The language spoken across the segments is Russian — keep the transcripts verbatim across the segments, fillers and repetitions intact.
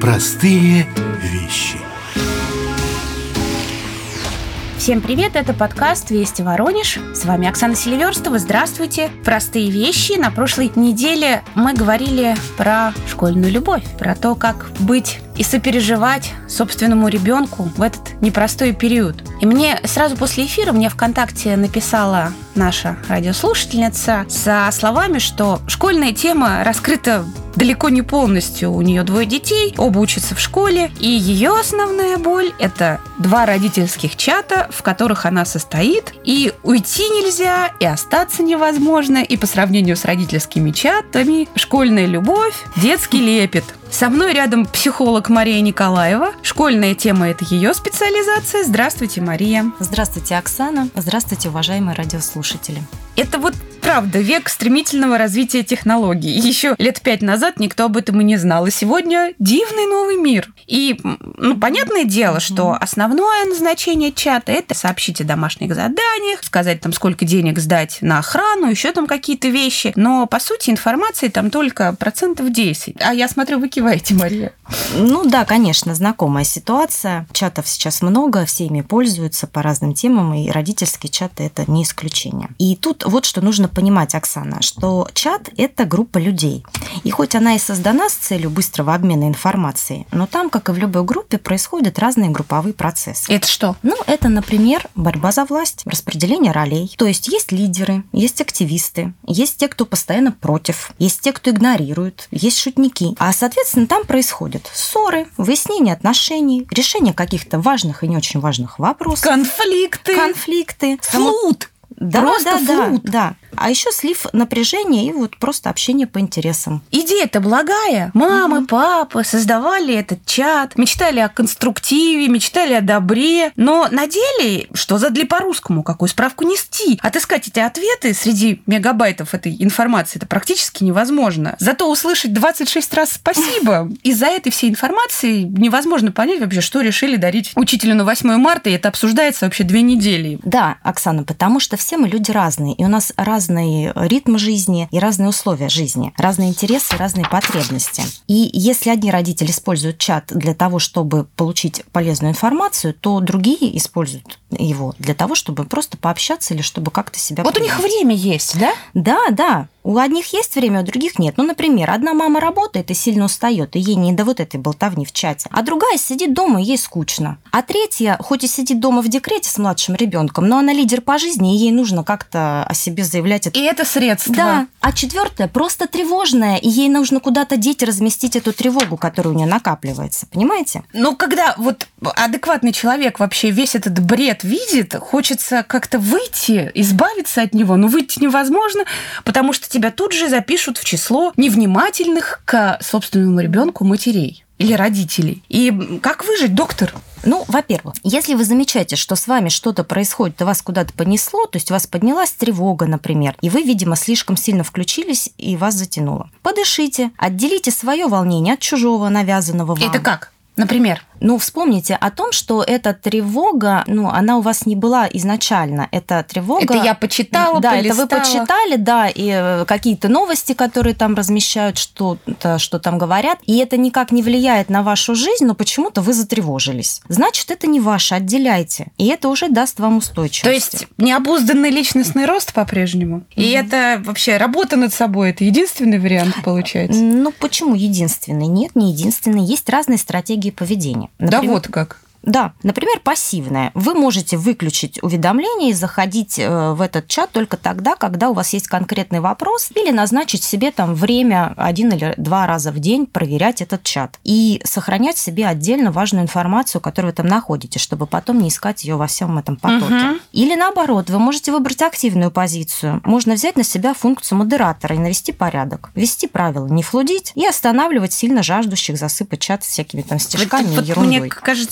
Простые вещи. Всем привет, это подкаст «Вести Воронеж». С вами Оксана Селиверстова. Здравствуйте. Простые вещи. На прошлой неделе мы говорили про школьную любовь, про то, как быть и сопереживать собственному ребенку в этот непростой период. И мне сразу после эфира мне ВКонтакте написала наша радиослушательница со словами, что школьная тема раскрыта далеко не полностью. У нее двое детей, оба учатся в школе, и ее основная боль – это два родительских чата, в которых она состоит, и уйти нельзя, и остаться невозможно, и по сравнению с родительскими чатами школьная любовь, детский лепет. Со мной рядом психолог Мария Николаева. Школьная тема – это ее специализация. Здравствуйте, Мария. Здравствуйте, Оксана. Здравствуйте, уважаемые радиослушатели. Это вот правда век стремительного развития технологий. Еще лет пять назад никто об этом и не знал. И сегодня дивный новый мир. И, ну, понятное дело, что основное назначение чата – это сообщить о домашних заданиях, сказать там, сколько денег сдать на охрану, еще там какие-то вещи. Но, по сути, информации там только процентов десять. А я смотрю, вы киваете, Мария. Ну да, конечно, знакомая ситуация. Чатов сейчас много, все ими пользуются по разным темам, и родительские чаты – это не исключение. И тут вот что нужно понимать, Оксана, что чат – это группа людей. И хоть она и создана с целью быстрого обмена информацией, но там, как и в любой группе, происходят разные групповые процессы. Это что? Ну, это, например, борьба за власть, распределение ролей. То есть есть лидеры, есть активисты, есть те, кто постоянно против, есть те, кто игнорирует, есть шутники. А, соответственно, там происходят ссоры, выяснение отношений, решение каких-то важных и не очень важных вопросов. Конфликты. Конфликты. Флут. Да, Просто да, флут. да, да. А еще слив напряжения и вот просто общение по интересам. Идея-то благая. Мамы, угу. папы создавали этот чат, мечтали о конструктиве, мечтали о добре. Но на деле, что задали по-русскому, какую справку нести? Отыскать эти ответы среди мегабайтов этой информации это практически невозможно. Зато услышать двадцать шесть раз спасибо. Из-за этой всей информации невозможно понять вообще, что решили дарить учителю на восьмое марта, и это обсуждается вообще две недели. Да, Оксана, потому что все мы люди разные, и у нас разные разный ритм жизни и разные условия жизни, разные интересы, разные потребности. И если одни родители используют чат для того, чтобы получить полезную информацию, то другие используют его для того, чтобы просто пообщаться или чтобы как-то себя Вот принять. У них время есть, да? Да, да. У одних есть время, у других нет. Ну, например, одна мама работает и сильно устает, и ей не до вот этой болтовни в чате. А другая сидит дома, и ей скучно. А третья, хоть и сидит дома в декрете с младшим ребенком, но она лидер по жизни, и ей нужно как-то о себе заявлять. И это средство. Да. А четвертая просто тревожная, и ей нужно куда-то деть, разместить эту тревогу, которая у нее накапливается. Понимаете? Ну, когда вот адекватный человек вообще весь этот бред видит, хочется как-то выйти, избавиться от него, но выйти невозможно, потому что тебя тут же запишут в число невнимательных к собственному ребенку матерей или родителей. И как выжить, доктор? Ну, во-первых, если вы замечаете, что с вами что-то происходит, и вас куда-то понесло, то есть у вас поднялась тревога, например, и вы, видимо, слишком сильно включились, и вас затянуло. Подышите, отделите свое волнение от чужого, навязанного вам. Это как? Например? Ну, вспомните о том, что эта тревога, ну, она у вас не была изначально. Это тревога... Это я почитала, Да, полистала. это вы почитали, да, и какие-то новости, которые там размещают, что-то, что там говорят, и это никак не влияет на вашу жизнь, но почему-то вы затревожились. Значит, это не ваше, отделяйте. И это уже даст вам устойчивость. То есть необузданный личностный рост по-прежнему? Mm-hmm. И это вообще работа над собой, это единственный вариант получается? Ну, почему единственный? Нет, не единственный. Есть разные стратегии поведения. Например, да вот как. Да, например, пассивная. Вы можете выключить уведомления и заходить в этот чат только тогда, когда у вас есть конкретный вопрос, или назначить себе там время один или два раза в день проверять этот чат и сохранять себе отдельно важную информацию, которую вы там находите, чтобы потом не искать ее во всем этом потоке. Угу. Или наоборот, вы можете выбрать активную позицию. Можно взять на себя функцию модератора и навести порядок, ввести правила, не флудить и останавливать сильно жаждущих засыпать чат всякими там стишками вот, и ерундой. Мне кажется,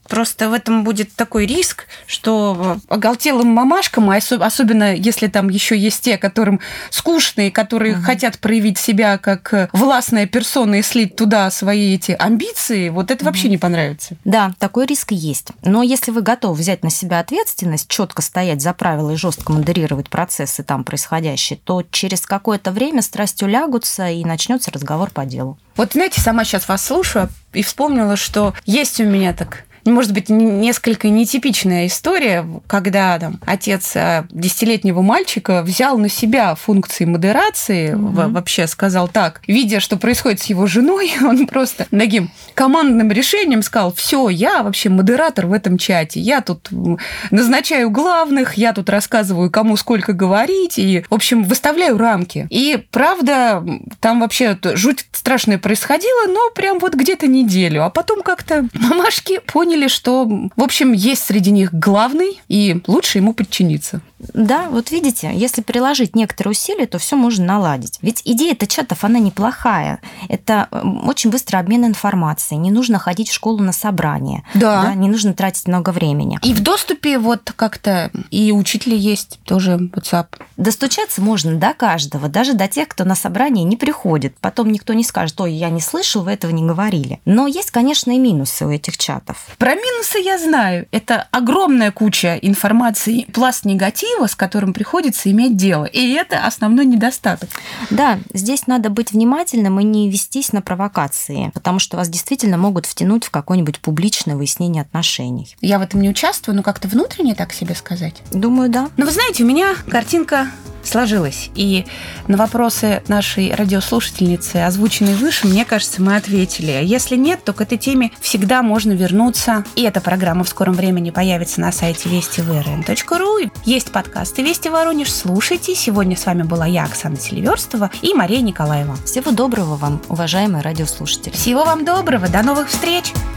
Просто в этом будет такой риск, что оголтелым мамашкам, особенно если там еще есть те, которым скучные, которые угу. хотят проявить себя как властная персона и слить туда свои эти амбиции, вот это угу. вообще не понравится. Да, такой риск есть. Но если вы готовы взять на себя ответственность, четко стоять за правила и жестко модерировать процессы там происходящие, то через какое-то время страсти улягутся и начнется разговор по делу. Вот знаете, сама сейчас вас слушаю и вспомнила, что есть у меня так... Может быть, несколько нетипичная история, когда там, отец десятилетнего мальчика взял на себя функции модерации, mm-hmm. вообще сказал так, видя, что происходит с его женой, он просто таким командным решением сказал: все, я вообще модератор в этом чате, я тут назначаю главных, я тут рассказываю, кому сколько говорить, и, в общем, выставляю рамки. И, правда, там вообще жуть страшная происходила, но прям вот где-то неделю. А потом как-то мамашки поняли, что, в общем, есть среди них главный, и лучше ему подчиниться. Да, вот видите, если приложить некоторые усилия, то все можно наладить. Ведь идея-то чатов, она неплохая. Это очень быстрый обмен информацией. Не нужно ходить в школу на собрания. Да. Да, не нужно тратить много времени. И в доступе вот как-то и учителя есть тоже WhatsApp. Достучаться можно до каждого, даже до тех, кто на собрание не приходит. Потом никто не скажет: ой, я не слышал, вы этого не говорили. Но есть, конечно, и минусы у этих чатов. Про минусы я знаю. Это огромная куча информации, пласт негатива, с которым приходится иметь дело. И это основной недостаток. Да, здесь надо быть внимательным и не вестись на провокации, потому что вас действительно могут втянуть в какое-нибудь публичное выяснение отношений. Я в этом не участвую, но как-то внутренне так себе сказать. Думаю, да. Но вы знаете, у меня картинка сложилась. И на вопросы нашей радиослушательницы, озвученные выше, мне кажется, мы ответили. Если нет, то к этой теме всегда можно вернуться. И эта программа в скором времени появится на сайте вести вэ эр эн точка ру. Есть подкасты «Вести Воронеж». Слушайте. Сегодня с вами была я, Оксана Селиверстова, и Мария Николаева. Всего доброго вам, уважаемые радиослушатели. Всего вам доброго. До новых встреч.